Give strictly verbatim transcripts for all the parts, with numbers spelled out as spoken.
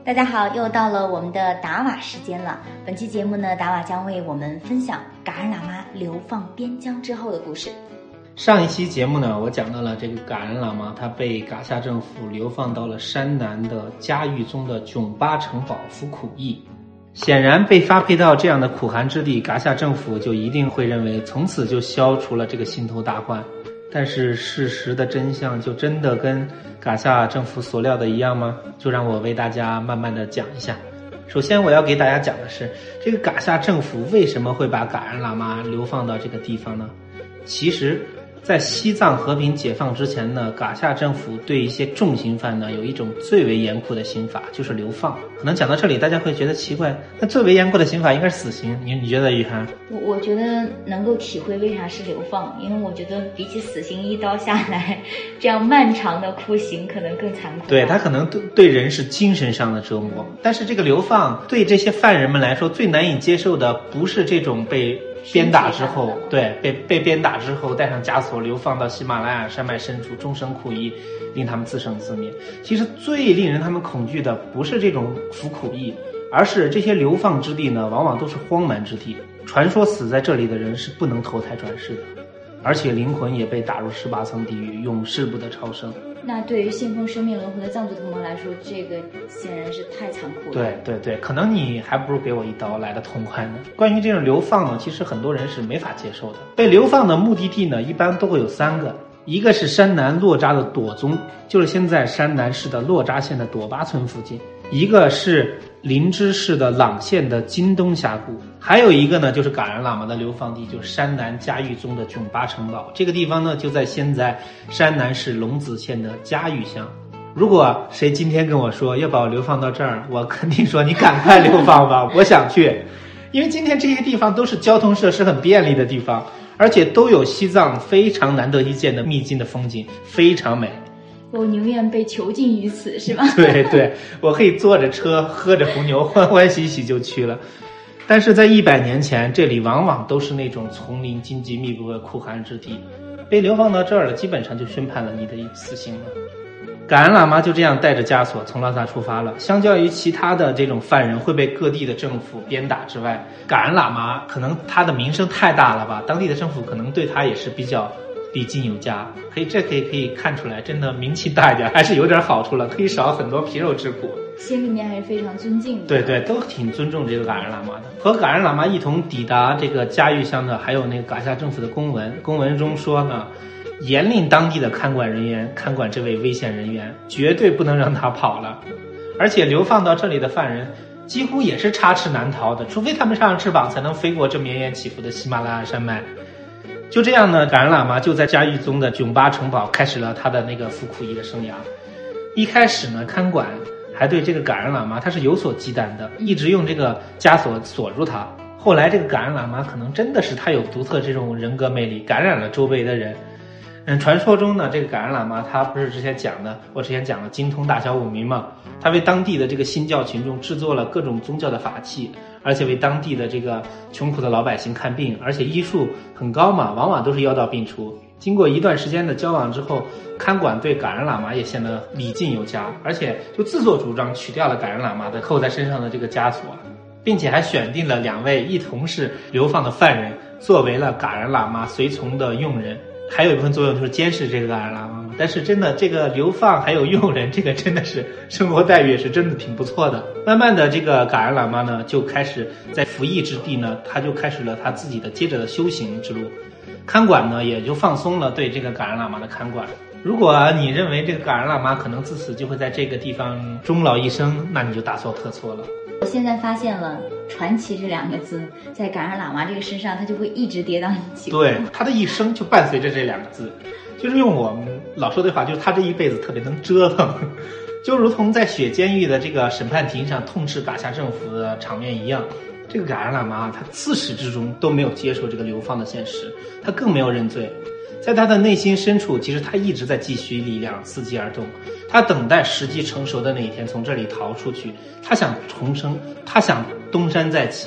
大家好，又到了我们的达瓦时间了。本期节目呢，达瓦将为我们分享噶尔喇嘛流放边疆之后的故事。 上一期节目呢，我讲到了这个噶尔喇嘛，他被噶夏政府流放到了山南的嘉峪宗的囧巴城堡服苦役。显然被发配到这样的苦寒之地，噶夏政府就一定会认为从此就消除了这个心头大患。但是事实的真相就真的跟噶夏政府所料的一样吗？就让我为大家慢慢的讲一下。首先我要给大家讲的是，这个噶夏政府为什么会把噶尔喇嘛流放到这个地方呢？其实在西藏和平解放之前呢，噶夏政府对一些重刑犯呢有一种最为严酷的刑法，就是流放。可能讲到这里大家会觉得奇怪，那最为严酷的刑法应该是死刑，你你觉得雨涵？ 我我觉得能够体会为啥是流放，因为我觉得比起死刑一刀下来这样漫长的酷刑可能更残酷。 对，他可能对对人是精神上的折磨，但是这个流放对这些犯人们来说最难以接受的不是这种被鞭打之后，对，被被鞭打之后带上枷锁流放到喜马拉雅山脉深处终生苦役，令他们自生自灭。其实最令人他们恐惧的不是这种服苦役，而是这些流放之地呢，往往都是荒蛮之地。传说死在这里的人是不能投胎转世的，而且灵魂也被打入十八层地狱，永世不得超生。 那对于信奉生命轮回的藏族同胞来说，这个显然是太残酷了。 对对对，可能你还不如给我一刀来的痛快呢。关于这种流放呢，其实很多人是没法接受的。被流放的目的地呢，一般都会有三个，一个是山南洛扎的朵宗，就是现在山南市的洛扎县的朵巴村附近；一个是林芝市的朗县的金东峡谷，还有一个呢就是噶尔喇嘛的流放地，就是山南嘉峪宗的囧巴城堡。这个地方呢就在现在山南市龙子县的嘉峪乡。如果谁今天跟我说要把我流放到这儿，我肯定说你赶快流放吧，我想去。因为今天这些地方都是交通设施很便利的地方，而且都有西藏非常难得一见的秘境的风景，非常美。 我宁愿被囚禁于此，是吧？ 对对，我可以坐着车喝着红牛欢欢喜喜就去了。但是在一百年前，这里往往都是那种丛林荆棘密布的酷寒之地，被流放到这儿了，基本上就宣判了你的死刑了。噶尔喇嘛就这样带着枷锁从拉萨出发了。相较于其他的这种犯人会被各地的政府鞭打之外，噶尔喇嘛可能他的名声太大了吧，当地的政府可能对他也是比较礼敬有加，可以这可以可以看出来，真的名气大一点还是有点好处了，可以少很多皮肉之苦。 心里面还是非常尊敬的。 对对，都挺尊重这个噶尔喇嘛的。和噶尔喇嘛一同抵达这个嘉峪乡的还有那个噶夏政府的公文，公文中说呢，严令当地的看管人员看管这位危险人员，绝对不能让他跑了。而且流放到这里的犯人几乎也是插翅难逃的，除非他们上翅膀才能飞过这绵延起伏的喜马拉雅山脉。就这样呢，噶尔喇嘛就在嘉峪宗的囧巴城堡开始了他的那个服苦役的生涯。一开始呢，看管还对这个噶尔喇嘛他是有所忌惮的，一直用这个枷锁锁住他。后来这个噶尔喇嘛可能真的是他有独特这种人格魅力，感染了周围的人。嗯，传说中呢，这个噶尔喇嘛他不是之前讲的，我之前讲了精通大小五明嘛，他为当地的这个新教群众制作了各种宗教的法器，而且为当地的这个穷苦的老百姓看病，而且医术很高嘛，往往都是药到病除。经过一段时间的交往之后，看管对噶尔喇嘛也显得礼敬有加，而且就自作主张取掉了噶尔喇嘛的扣在身上的这个枷锁，并且还选定了两位一同是流放的犯人作为了噶尔喇嘛随从的佣人。还有一部分作用就是监视这个噶尔喇嘛，但是真的这个流放还有佣人，这个真的是生活待遇是真的挺不错的。慢慢的这个噶尔喇嘛呢就开始在服役之地呢，他就开始了他自己的接着的修行之路。看管呢也就放松了对这个噶尔喇嘛的看管。如果你认为这个噶尔喇嘛可能自此就会在这个地方终老一生，那你就大错特错了。 我现在发现了传奇这两个字在噶尔喇嘛这个身上，他就会一直跌宕起伏。 对，他的一生就伴随着这两个字，就是用我们老说的话，就是他这一辈子特别能折腾，就如同在雪监狱的这个审判庭上痛斥噶夏政府的场面一样。这个噶尔喇嘛他自始至终都没有接受这个流放的现实，他更没有认罪。在他的内心深处，其实他一直在积蓄力量，伺机而动。他等待时机成熟的那一天从这里逃出去，他想重生，他想东山再起。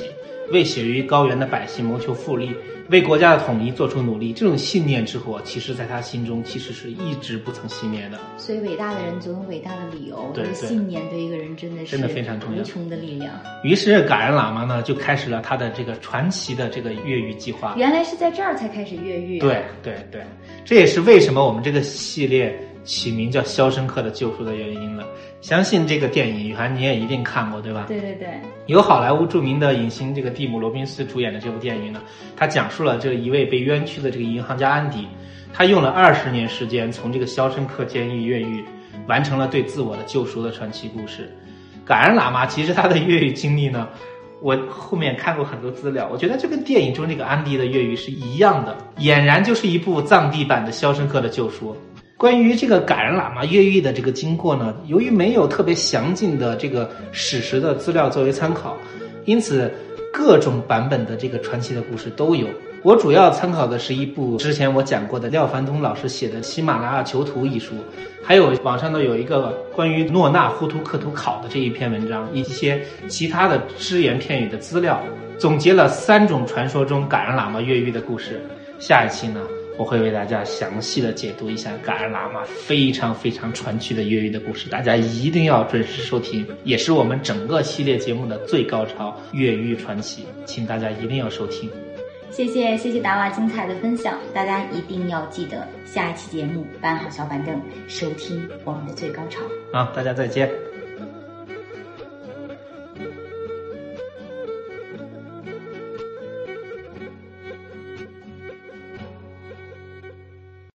为血于高原的百姓谋求复利，为国家的统一做出努力，这种信念之火其实在他心中其实是一直不曾熄灭的。 所以伟大的人总有伟大的理由， 对对， 信念对一个人真的是真的非常重要， 无穷的力量。 于是噶仁喇嘛呢就开始了他的这个传奇的这个越狱计划。 原来是在这儿才开始越狱、啊、 对对对，这也是为什么我们这个系列起名叫《肖申克的救赎》的原因了。相信这个电影雨涵你也一定看过对吧？ 对对对， 由好莱坞著名的影星这个蒂姆·罗宾斯主演的这部电影呢，他讲述了这一位被冤屈的这个银行家安迪，他用了二十年时间从这个肖申克监狱越狱，完成了对自我的救赎的传奇故事。噶仁喇嘛其实他的越狱经历呢，我后面看过很多资料，我觉得这跟电影中这个安迪的越狱是一样的，俨然就是一部藏地版的肖申克的救赎。关于这个噶仁喇嘛越狱的这个经过呢，由于没有特别详尽的这个史实的资料作为参考，因此各种版本的这个传奇的故事都有。我主要参考的是一部之前我讲过的廖凡通老师写的《喜马拉雅囚徒》一书，还有网上呢有一个关于诺纳呼图克图考的这一篇文章，一些其他的只言片语的资料，总结了三种传说中噶仁喇嘛越狱的故事。下一期呢，我会为大家详细的解读一下噶仁喇嘛非常非常传奇的越狱的故事，大家一定要准时收听，也是我们整个系列节目的最高潮——越狱传奇，请大家一定要收听。 谢谢谢谢达瓦精彩的分享，大家一定要记得下一期节目搬好小板凳，收听我们的最高潮。 好，大家再见。